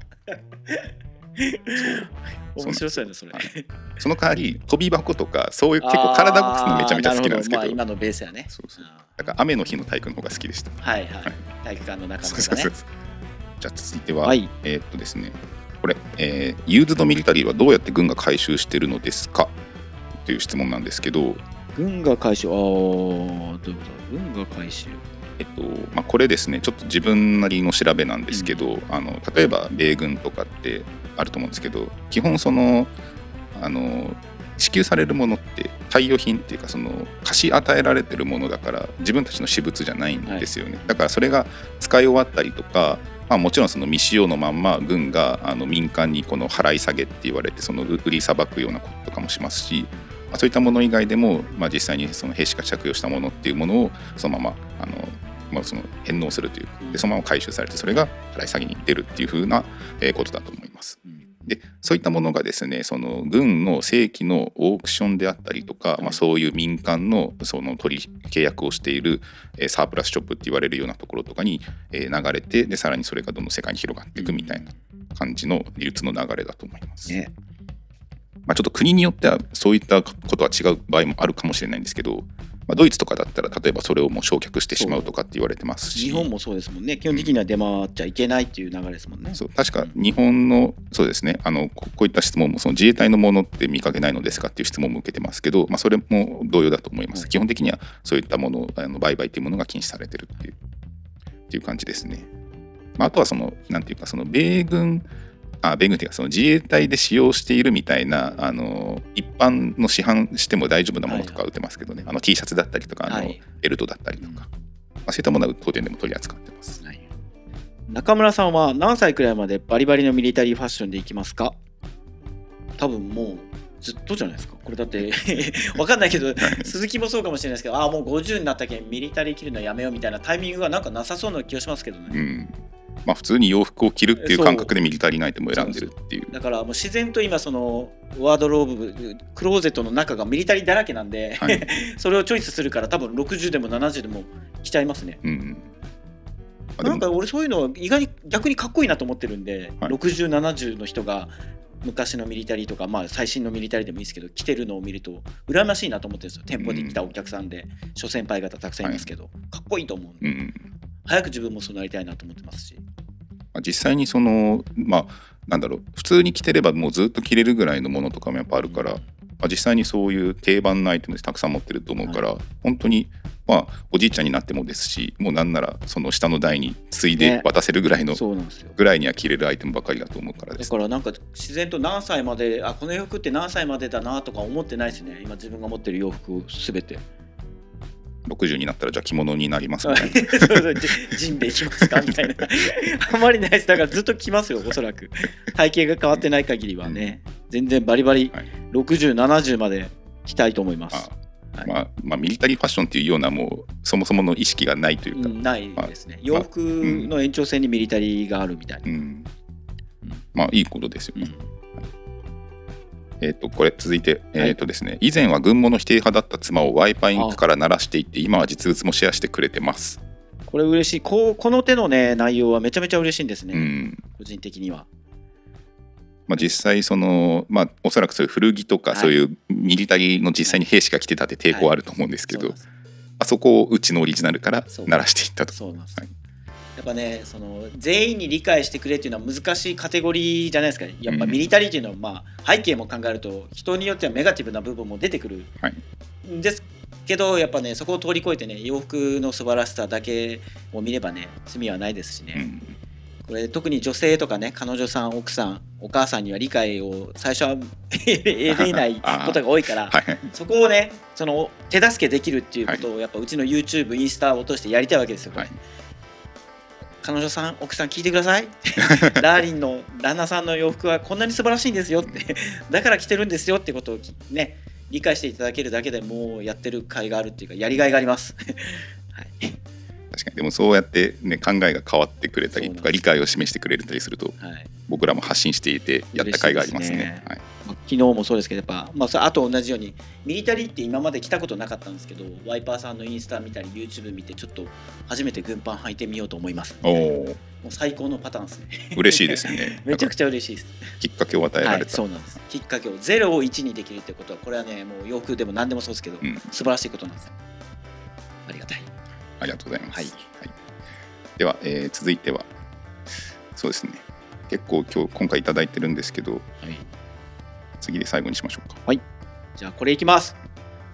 面白そうやねそれ。 その代わり飛び箱とかそういう結構体動かすのめちゃめちゃ好きなんですけど、 今のベースやね。 だから雨の日の体育の方が好きでした。 体育館の中のね。 じゃあ続いてはですねこれユーズドミリタリーはどうやって軍が回収してるのですかという質問なんですけど、 軍が回収、どういうことだ、軍が回収。 これですね、ちょっと自分なりの調べなんですけど、例えば米軍とかってあると思うんですけど、基本支給されるものって貸与品っていうか、貸し与えられてるものだから自分たちの私物じゃないんですよね、だからそれが使い終わったりとか、もちろんその未使用のまんま軍が民間にこの払い下げって言われて売りさばくようなこととかもしますし、そういったもの以外でも、実際にその兵士が着用したものっていうものをそのままその返納するというで、そのまま回収されて、それが払い下げに出るっていう風なことだと思います。でそういったものがですね、その軍の正規のオークションであったりとか、そういう民間のその契約をしているサープラスショップって言われるようなところとかに流れて、でさらにそれがどんどん世界に広がっていくみたいな感じの流通の流れだと思います。ちょっと国によってはそういったことは違う場合もあるかもしれないんですけど、ドイツとかだったら例えばそれをもう焼却してしまうとかって言われてますし、 日本もそうですもんね。基本的には出回っちゃいけないっていう流れですもんね。 そう、確か日本のそうですね、こういった質問もその自衛隊のものって見かけないのですかっていう質問も受けてますけど、それも同様だと思います。基本的にはそういったもの売買っていうものが禁止されてるっていう感じですね。あとはなんていうか、米軍っていうか自衛隊で使用しているみたいな一般の市販しても大丈夫なものとか売ってますけどね、T シャツだったりとかベルトだったりとか、そういったものは当店でも取り扱ってます。 中村さんは何歳くらいまでバリバリのミリタリーファッションでいきますか？多分もうずっとじゃないですか。これだって分かんないけど鈴木もそうかもしれないですけど、もう50になったけんミリタリー着るのやめようみたいなタイミングがなんかなさそうな気がしますけどね。 普通に洋服を着るっていう感覚でミリタリーナイテムを選んでるっていう。 だからもう自然と今そのワードローブクローゼットの中がミリタリーだらけなんで、それをチョイスするから多分60でも70でも着ちゃいますね。なんか俺そういうの意外に逆にかっこいいなと思ってるんで、60、70の人が昔のミリタリーとか、最新のミリタリーでもいいですけど着てるのを見ると羨ましいなと思ってるんですよ。店舗で来たお客さんで諸先輩方たくさんいますけど、かっこいいと思うんで、早く自分もそうなりたいなと思ってますし、 実際になんだろう、普通に着てればもうずっと着れるぐらいのものとかもやっぱあるから、実際にそういう定番のアイテムでたくさん持ってると思うから、本当におじいちゃんになってもですし、もうなんならその下の台に継いで渡せるぐらいのぐらいには着れるアイテムばかりだと思うからです。 だからなんか自然と何歳までこの洋服って何歳までだなとか思ってないですね。今自分が持ってる洋服すべて 60になったらじゃあ着物になりますみたいなジンベエ着ますかみたいなあんまりないです。だからずっと着ますよ、おそらく体型が変わってない限りはね、全然バリバリ60、70まで着たいと思います。 ミリタリーファッションっていうようなもうそもそもの意識がないというか、 ないですね。洋服の延長線にミリタリーがあるみたいな、 いいことですよね。これ続いて、ですね、以前は軍物否定派だった妻をワイパーインクから鳴らしていって、今は実物もシェアしてくれてます。 これ嬉しい。この手のね内容はめちゃめちゃ嬉しいんですね、個人的には。 実際おそらくそういう古着とか、そういうミリタリーの実際に兵士が着てたって抵抗あると思うんですけど、そこをうちのオリジナルから鳴らしていったと。 そうなんです。やっぱね、全員に理解してくれっていうのは難しいカテゴリーじゃないですか。やっぱミリタリーっていうのは背景も考えると人によってはネガティブな部分も出てくるんですけど、やっぱねそこを通り越えてね、洋服の素晴らしさだけを見ればね罪はないですしね、これ特に女性とかね、彼女さん、奥さん、お母さんには理解を最初は得れないことが多いからそこをね手助けできるっていうことをやっぱうちの YouTube、インスタを通してやりたいわけですよ。彼女さん、奥さん聞いてくださいダーリンの旦那さんの洋服はこんなに素晴らしいんですよってだから着てるんですよってことをね理解していただけるだけでもうやってる甲斐があるっていうか、やりがいがあります確かに。でもそうやって、考えが変わってくれたりとか理解を示してくれたりすると、僕らも発信していてやった甲斐がありますね。 昨日もそうですけど、やっぱ、あと同じようにミリタリーって今まで着たことなかったんですけど、ワイパーさんのインスタ見たり YouTube 見てちょっと初めて軍パン履いてみようと思います。もう最高のパターンですね。 嬉しいですねめちゃくちゃ嬉しいです。 きっかけを与えられた、 そうなんです。きっかけを0を1にできるってことは、これはねもう洋服でも何でもそうですけど、素晴らしいことなんですよ。ありがたい。 ありがとうございます。では、続いてはそうですね、結構今回いただいてるんですけど、次で最後にしましょうか。 じゃあこれいきます。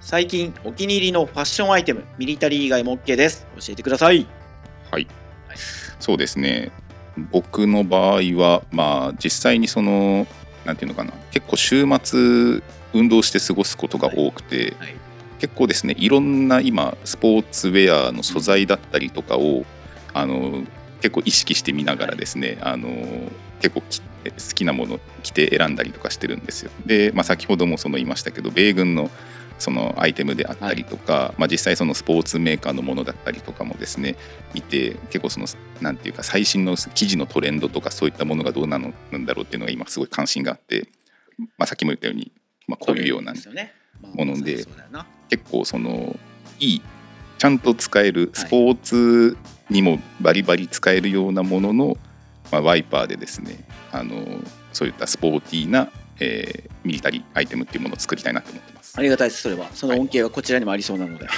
最近お気に入りのファッションアイテム、ミリタリー以外も OK です。教えてください。 はい、そうですね。僕の場合は、実際になんていうのかな、結構週末運動して過ごすことが多くて、結構ですね、いろんな今スポーツウェアの素材だったりとかを結構意識してみながらですね、結構好きなものを着て選んだりとかしてるんですよ。で、先ほども言いましたけど、米軍のそのアイテムであったりとか、実際そのスポーツメーカーのものだったりとかもですね見て、結構なんていうか最新の生地のトレンドとかそういったものがどうなんだろうっていうのが今すごい関心があって、さっきも言ったように、こういうようなもので、結構いいちゃんと使えるスポーツにもバリバリ使えるようなものの、ワイパーでですね、そういったスポーティーなミリタリーアイテムっていうものを作りたいなと思ってます。 ありがたいです。それはその恩恵はこちらにもありそうなので、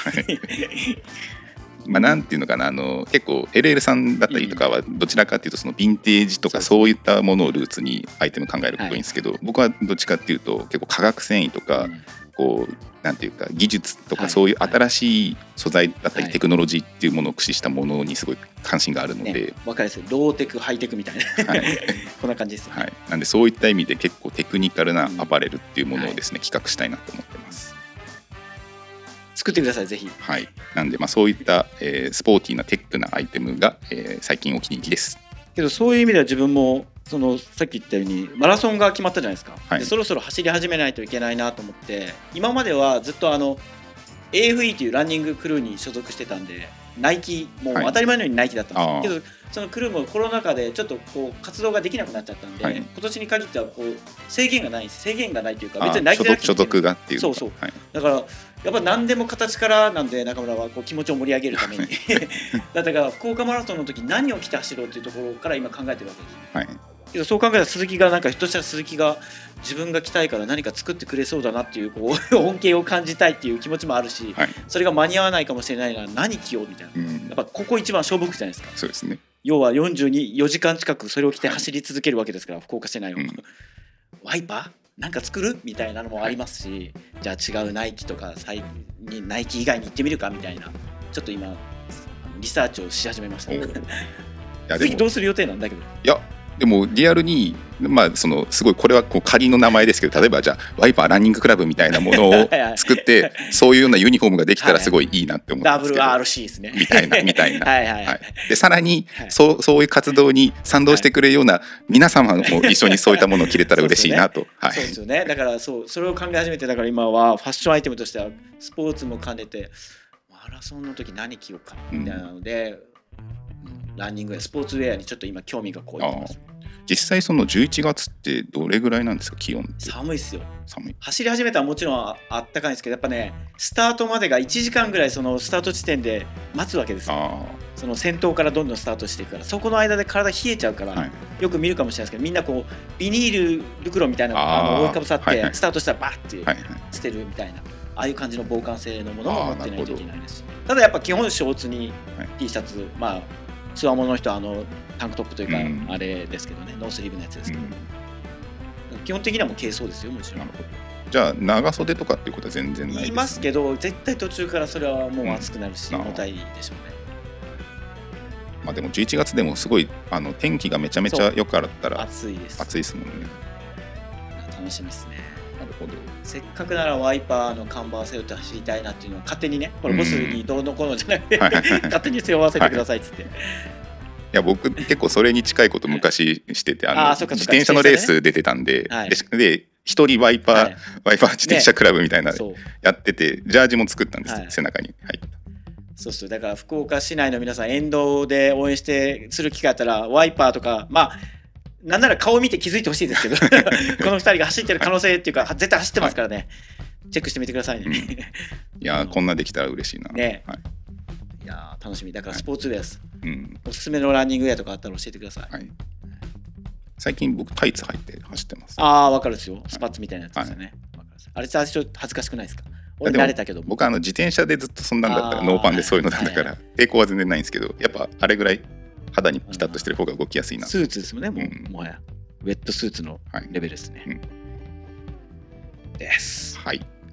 なんていうのかな、結構 LL さんだったりとかはどちらかっていうとそのヴィンテージとかそういったものをルーツにアイテム考えることが多いんですけど、僕はどっちかっていうと結構化学繊維とか、こうなんていうか技術とかそういう新しい素材だったりテクノロジーっていうものを駆使したものにすごい関心があるので、 分かりやすいローテクハイテクみたいなこんな感じですよね。 なんでそういった意味で結構テクニカルなアパレルっていうものをですね、企画したいなと思ってます。 作ってください、ぜひ。 なんでそういった、スポーティーなテックなアイテムが、最近お気に入りです。 けどそういう意味では自分もさっき言ったようにマラソンが決まったじゃないですか、でそろそろ走り始めないといけないなと思って、今まではずっとAFE というランニングクルーに所属してたんで、ナイキもう当たり前のようにナイキだったんですけど、そのクルーもコロナ禍でちょっとこう活動ができなくなっちゃったんで、今年に限ってはこう制限がないというか、別にナイキじゃなくて所属がっていうそう、だからやっぱ何でも形からなんで、中村はこう気持ちを盛り上げるためにだから福岡マラソンの時何を着て走ろうっていうところから今考えてるわけです。けどそう考えたら鈴木がひょっとしたら鈴木が自分が着たいから何か作ってくれそうだなっていう恩恵を感じたいっていう気持ちもあるし、それが間に合わないかもしれないなら何着ようみたいな、やっぱここ一番勝負服じゃないですか。 そうですね。 要は4時間近くそれを着て走り続けるわけですから、福岡市内を、ワイパーなんか作るみたいなのもありますし、じゃあ違うナイキとかナイキ以外に行ってみるかみたいな、ちょっと今リサーチをし始めました次どうする予定なんだけど。 いやでもリアルに、すごいこれはこう仮の名前ですけど、例えばじゃあワイパーランニングクラブみたいなものを作ってそういうようなユニフォームができたらすごいいいなって思ってますけど、 WRC ですねみたいなでさらにそういう活動に賛同してくれるような皆様も一緒にそういったものを着れたら嬉しいなと。 そうですよね。だからそれを考え始めて、だから今はファッションアイテムとしてはスポーツも兼ねてマラソンの時何着ようかみたいなので、ランニングやスポーツウェアにちょっと今興味がこういってます。 実際その11月ってどれぐらいなんですか、気温って。 寒いっすよ。 寒い。 走り始めたらもちろんあったかいんですけど、やっぱねスタートまでが1時間ぐらいそのスタート地点で待つわけですよ。その先頭からどんどんスタートしていくから、そこの間で体冷えちゃうから、よく見るかもしれないですけど、みんなこうビニール袋みたいなのを覆いかぶさって、スタートしたらバッて捨てるみたいな、ああいう感じの防寒性のものも持ってないといけないですし、ただやっぱ基本ショーツに T シャツ、つわものの人はタンクトップというか、あれですけどね、ノースリーブのやつですけど、基本的にはもう軽装ですよ、もちろん。 じゃあ長袖とかっていうことは全然ないですね。 言いますけど、絶対途中からそれはもう暑くなるし、重たいでしょうね。 でも11月でもすごい天気がめちゃめちゃ良かったら暑いですもんね。 楽しみですね。 なるほど。 せっかくならワイパーの看板を背負って走りたいなっていうのを勝手にね、これボスにどうのこうのじゃなくて勝手に背負わせてくださいっつって。いや僕結構それに近いこと昔してて、自転車のレース出てたんで、で一人ワイパー自転車クラブみたいなやってて、ジャージも作ったんですよ、背中に。 そうだから福岡市内の皆さん沿道で応援する機会あったらワイパーとか、なんなら顔見て気づいてほしいですけどこの2人が走ってる可能性っていうか絶対走ってますからね、チェックしてみてくださいね。 いやこんなできたら嬉しいな。 いや楽しみだから、スポーツウェアです。おすすめのランニングウェアとかあったら教えてください。 最近僕タイツ履いて走ってます。 分かるですよ、スパッツみたいなやつですよね。あれ最初恥ずかしくないですか。俺慣れたけど、 僕自転車でずっとそんなんだったらノーパンでそういうのなんだから抵抗は全然ないんですけど、やっぱあれぐらい肌にピタッとしてる方が動きやすいな。 スーツですもんね、もはやウェットスーツのレベルですね。です。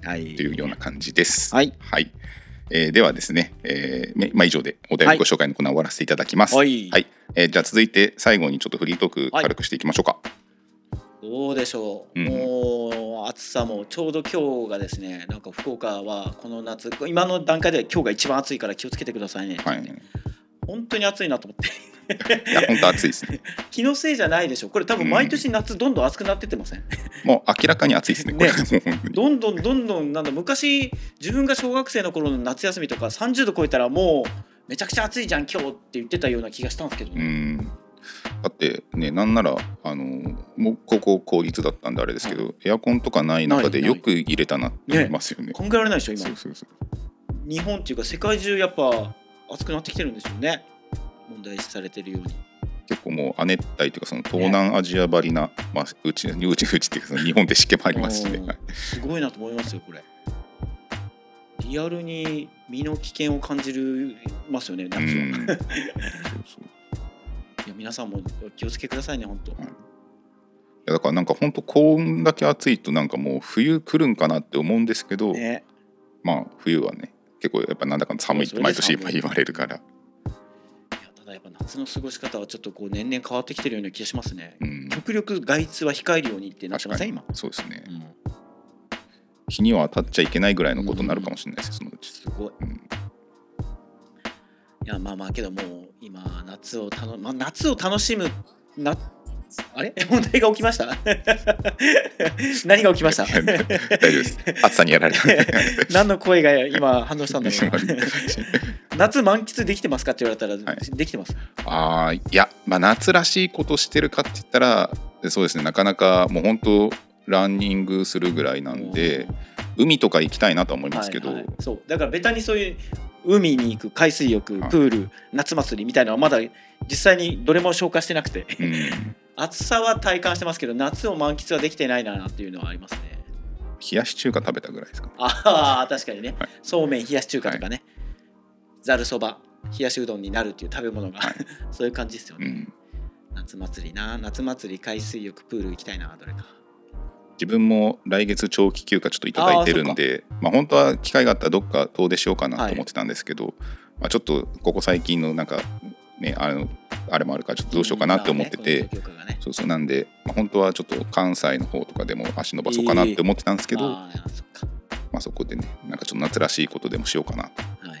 はいというような感じです。 はい、 ではですね、以上でお便りご紹介のコーナーを終わらせていただきます。じゃあ続いて最後にちょっとフリートーク軽くしていきましょうか。 どうでしょう、もう暑さもちょうど今日がですね、なんか福岡はこの夏、今の段階では今日が一番暑いから気をつけてくださいね。本当に暑いなと思っていや本当暑いですね。 気のせいじゃないでしょ。これ多分毎年夏どんどん暑くなってってません？ もう明らかに暑いですね。これどんどんなんだ、昔自分が小学生の頃の夏休みとか30度超えたらもうめちゃくちゃ暑いじゃん今日って言ってたような気がしたんですけどね。 だってね、なんならもうここ公立だったんであれですけど、エアコンとかない中でよく入れたなって思いますよね。 考えられないでしょ今。 そう日本っていうか世界中やっぱ暑くなってきてるんですよね。問題視されてるように。 結構もう亜熱帯というかその東南アジアばりな、うちっていうかその日本って湿気もありますしね。 すごいなと思いますよこれ。リアルに身の危険を感じますよね夏は。いや皆さんも気をつけくださいね本当。 だからなんか本当こんだけ暑いとなんかもう冬来るんかなって思うんですけど、冬はね結構やっぱなんだか寒いって毎年いっぱい言われるから。 ただやっぱ夏の過ごし方はちょっとこう年々変わってきてるような気がしますね。極力外出は控えるようにってなってません今。 そうですね。日には当たっちゃいけないぐらいのことになるかもしれないですそのうち。 すごい。いやけどもう今夏を楽しむあれ問題が起きました何が起きました大丈夫です暑さにやられた何の声が今反応したんだろう夏満喫できてますかって言われたら、できてます。 いや、夏らしいことしてるかって言ったらそうですね、なかなかもう本当ランニングするぐらいなんで海とか行きたいなと思いますけど、 そうだからベタにそういう海に行く海水浴、プール、夏祭りみたいなのはまだ実際にどれも消化してなくて暑さは体感してますけど夏を満喫はできてないなっていうのはありますね。 冷やし中華食べたぐらいですか。 確かにね、そうめん冷やし中華とかね、ざるそば冷やしうどんになるっていう食べ物が、そういう感じですよね。夏祭り海水浴プール行きたいな。どれか自分も来月長期休暇ちょっといただいてるんで、本当は機会があったらどっか遠出しようかなと思ってたんですけど、ちょっとここ最近のなんかねあれもあるからちょっとどうしようかなって思ってて、そうなんで、本当はちょっと関西の方とかでも足伸ばそうかなって思ってたんですけど、そこでねなんかちょっと夏らしいことでもしようかなと。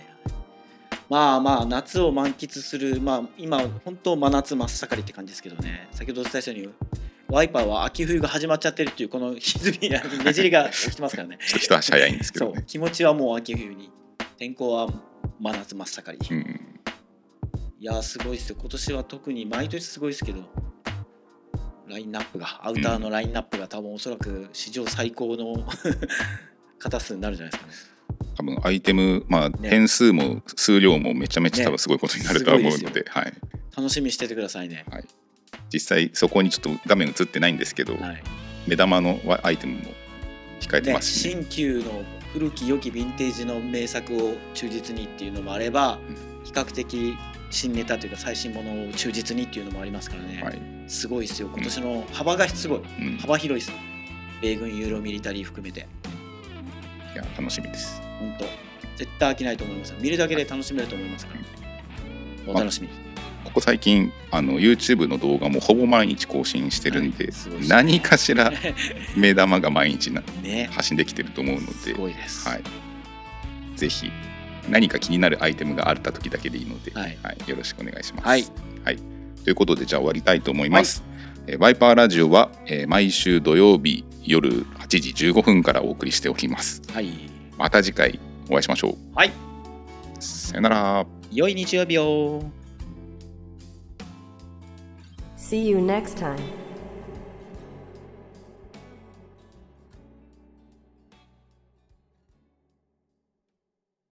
夏を満喫する、今本当真夏真っ盛りって感じですけどね。先ほどお伝えしたようにワイパーは秋冬が始まっちゃってるっていうこの歪みやねじりが起きてますからねちょっと一足早いんですけどね。 そう気持ちはもう秋冬に、天候は真夏真っ盛り、いやすごいですよ今年は。特に毎年すごいですけどラインナップがアウターのラインナップが多分おそらく史上最高の型数になるじゃないですかね。 多分アイテム、点数も数量もめちゃめちゃ多分すごいことになるとは思うので、 楽しみにしててくださいね。 実際そこにちょっと画面映ってないんですけど、目玉のアイテムも控えてますし、 新旧の古き良きヴィンテージの名作を忠実にっていうのもあれば、比較的新ネタというか最新ものを忠実にっていうのもありますからね、すごいですよ今年の幅がすごい、幅広いです。米軍ユーロミリタリー含めて。 いや楽しみです。 本当絶対飽きないと思いますよ。見るだけで楽しめると思いますから、お楽しみに。 ここ最近YouTube の動画もほぼ毎日更新してるんで、何かしら目玉が毎日発信できてると思うので、 すごいです。 ぜひ何か気になるアイテムがあった時だけでいいので、よろしくお願いします。ということでじゃあ終わりたいと思います。ワイパーラジオは、毎週土曜日夜8時15分からお送りしております。また次回お会いしましょう。さよなら。 良い日曜日を。 See you next time.